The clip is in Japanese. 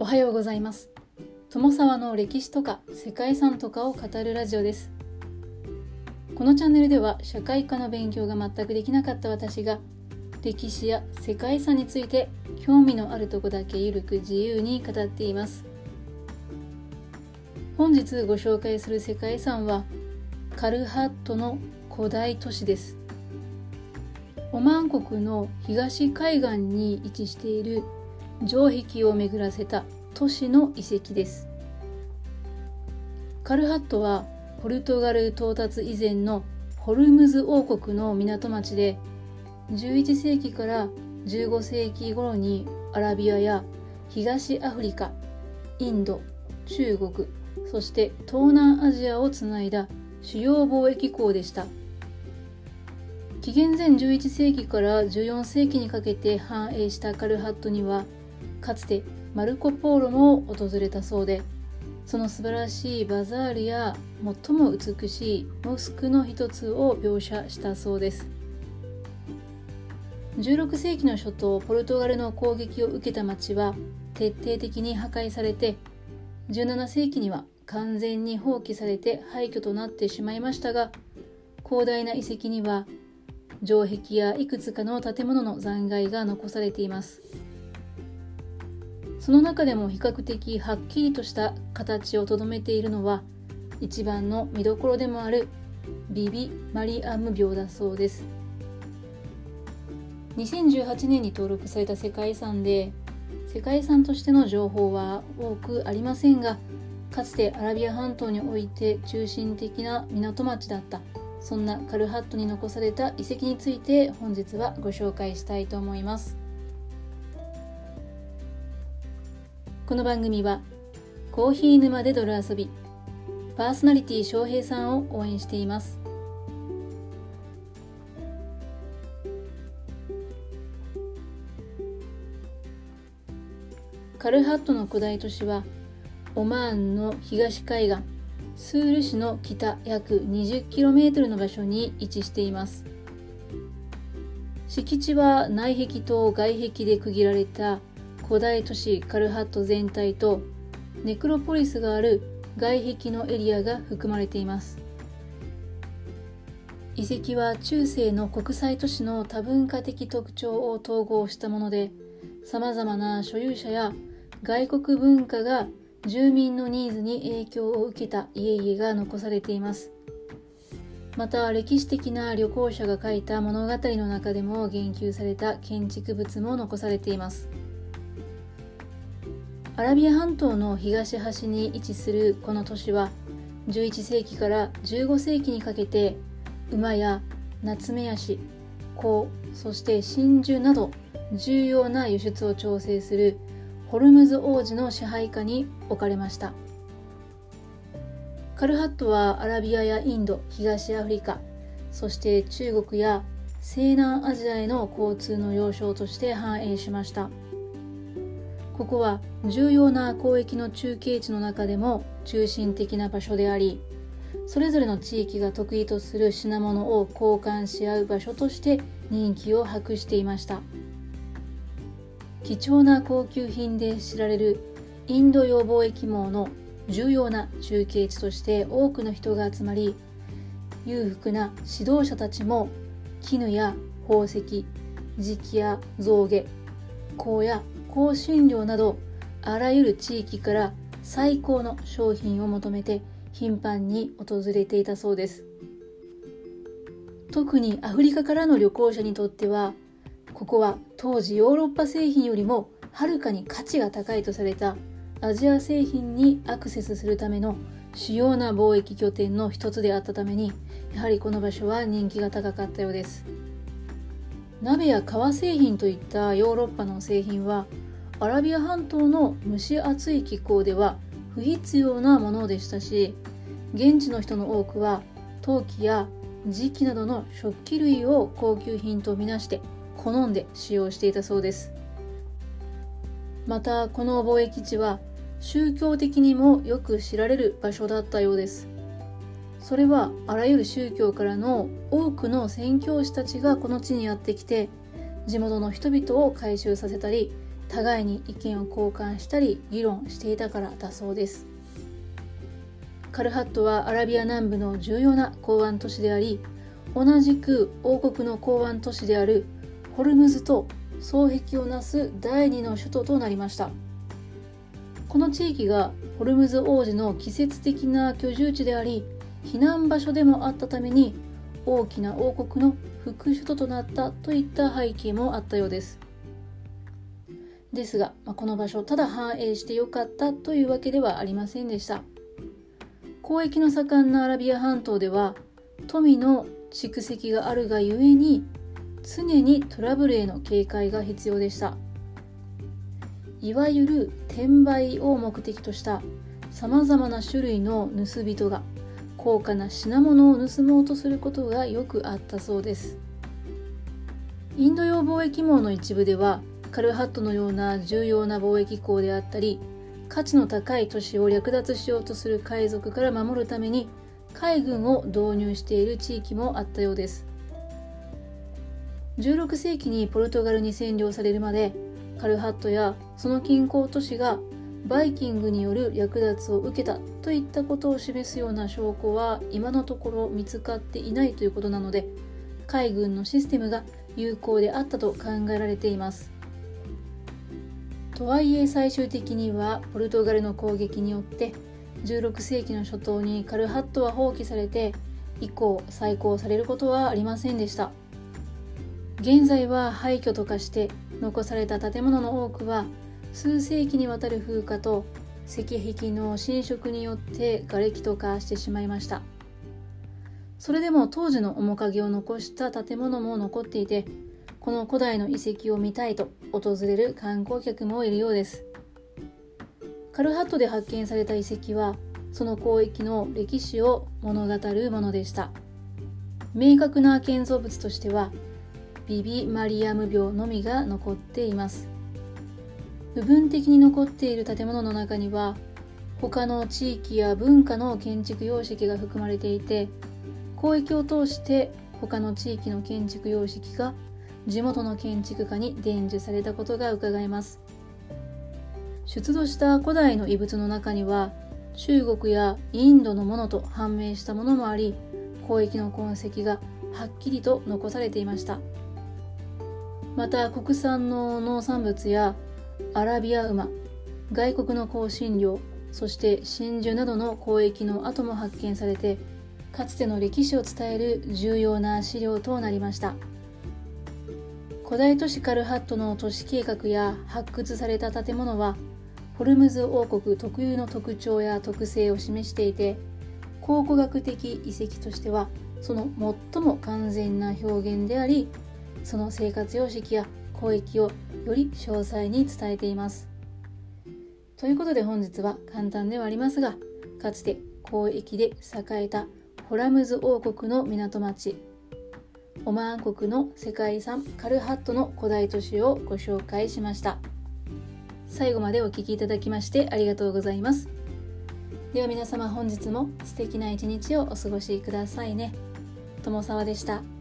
おはようございます。友沢の歴史とか世界遺産とかを語るラジオです。このチャンネルでは社会科の勉強が全くできなかった私が歴史や世界遺産について興味のあるとこだけゆるく自由に語っています。本日ご紹介する世界遺産はカルハットの古代都市です。オマーン国の東海岸に位置している城壁を巡らせた都市の遺跡です。カルハットはポルトガル到達以前のホルムズ王国の港町で、11世紀から15世紀頃にアラビアや東アフリカ、インド、中国、そして東南アジアをつないだ主要貿易港でした。紀元前11世紀から14世紀にかけて繁栄したカルハットには、かつてマルコ・ポーロも訪れたそうで、その素晴らしいバザールや最も美しいモスクの一つを描写したそうです。16世紀の初頭、ポルトガルの攻撃を受けた町は徹底的に破壊されて、17世紀には完全に放棄されて廃墟となってしまいましたが、広大な遺跡には城壁やいくつかの建物の残骸が残されています。その中でも比較的はっきりとした形をとどめているのは、一番の見どころでもあるビビ・マリアム廟だそうです。2018年に登録された世界遺産で、世界遺産としての情報は多くありませんが、かつてアラビア半島において中心的な港町だった、そんなカルハットに残された遺跡について本日はご紹介したいと思います。この番組はコーヒー沼で泥遊び、パーソナリティ翔平さんを応援しています。カルハットの古代都市はオマーンの東海岸スール市の北約 20km の場所に位置しています。敷地は内壁と外壁で区切られた古代都市カルハット全体とネクロポリスがある外壁のエリアが含まれています。遺跡は中世の国際都市の多文化的特徴を統合したもので、様々な所有者や外国文化が住民のニーズに影響を受けた家々が残されています。また歴史的な旅行者が書いた物語の中でも言及された建築物も残されています。アラビア半島の東端に位置するこの都市は、11世紀から15世紀にかけて馬やナツメヤシ、香、そして真珠など重要な輸出を調整するホルムズ王子の支配下に置かれました。カルハットはアラビアやインド、東アフリカ、そして中国や西南アジアへの交通の要衝として繁栄しました。ここは重要な交易の中継地の中でも中心的な場所であり、それぞれの地域が得意とする品物を交換し合う場所として人気を博していました。貴重な高級品で知られるインド洋貿易網の重要な中継地として多くの人が集まり、裕福な指導者たちも絹や宝石、磁器や象牙、香や香辛料などあらゆる地域から最高の商品を求めて頻繁に訪れていたそうです。特にアフリカからの旅行者にとっては、ここは当時ヨーロッパ製品よりもはるかに価値が高いとされたアジア製品にアクセスするための主要な貿易拠点の一つであったために、やはりこの場所は人気が高かったようです。鍋や革製品といったヨーロッパの製品はアラビア半島の蒸し暑い気候では不必要なものでしたし、現地の人の多くは陶器や磁器などの食器類を高級品とみなして好んで使用していたそうです。またこの貿易地は宗教的にもよく知られる場所だったようです。それはあらゆる宗教からの多くの宣教師たちがこの地にやってきて、地元の人々を改宗させたり互いに意見を交換したり議論していたからだそうです。カルハットはアラビア南部の重要な港湾都市であり、同じく王国の港湾都市であるホルムズと双璧をなす第2の首都となりました。この地域がホルムズ王子の季節的な居住地であり、避難場所でもあったために大きな王国の副首都となったといった背景もあったようです。ですが、この場所ただ繁栄してよかったというわけではありませんでした。交易の盛んなアラビア半島では富の蓄積があるがゆえに常にトラブルへの警戒が必要でした。いわゆる転売を目的としたさまざまな種類の盗人が高価な品物を盗もうとすることがよくあったそうです。インド洋貿易網の一部ではカルハットのような重要な貿易港であったり、価値の高い都市を略奪しようとする海賊から守るために海軍を導入している地域もあったようです。16世紀にポルトガルに占領されるまで、カルハットやその近郊都市がバイキングによる略奪を受けたといったことを示すような証拠は今のところ見つかっていないということなので、海軍のシステムが有効であったと考えられています。とはいえ最終的にはポルトガルの攻撃によって16世紀の初頭にカルハットは放棄されて以降再興されることはありませんでした。現在は廃墟と化して残された建物の多くは数世紀にわたる風化と石壁の侵食によって瓦礫と化してしまいました。それでも当時の面影を残した建物も残っていて、この古代の遺跡を見たいと訪れる観光客もいるようです。カルハットで発見された遺跡はその交易の歴史を物語るものでした。明確な建造物としてはビビ・マリアム廟のみが残っています。部分的に残っている建物の中には他の地域や文化の建築様式が含まれていて、交易を通して他の地域の建築様式が地元の建築家に伝授されたことが伺えます。出土した古代の遺物の中には中国やインドのものと判明したものもあり、交易の痕跡がはっきりと残されていました。また国産の農産物やアラビア馬、外国の香辛料、そして真珠などの交易の跡も発見されて、かつての歴史を伝える重要な資料となりました。古代都市カルハットの都市計画や発掘された建物はホルムズ王国特有の特徴や特性を示していて、考古学的遺跡としてはその最も完全な表現であり、その生活様式や交易をより詳細に伝えています。ということで本日は簡単ではありますが、かつて交易で栄えたホラムズ王国の港町、オマーン国の世界遺産カルハットの古代都市をご紹介しました。最後までお聞きいただきましてありがとうございます。では皆様、本日も素敵な一日をお過ごしくださいね。友沢でした。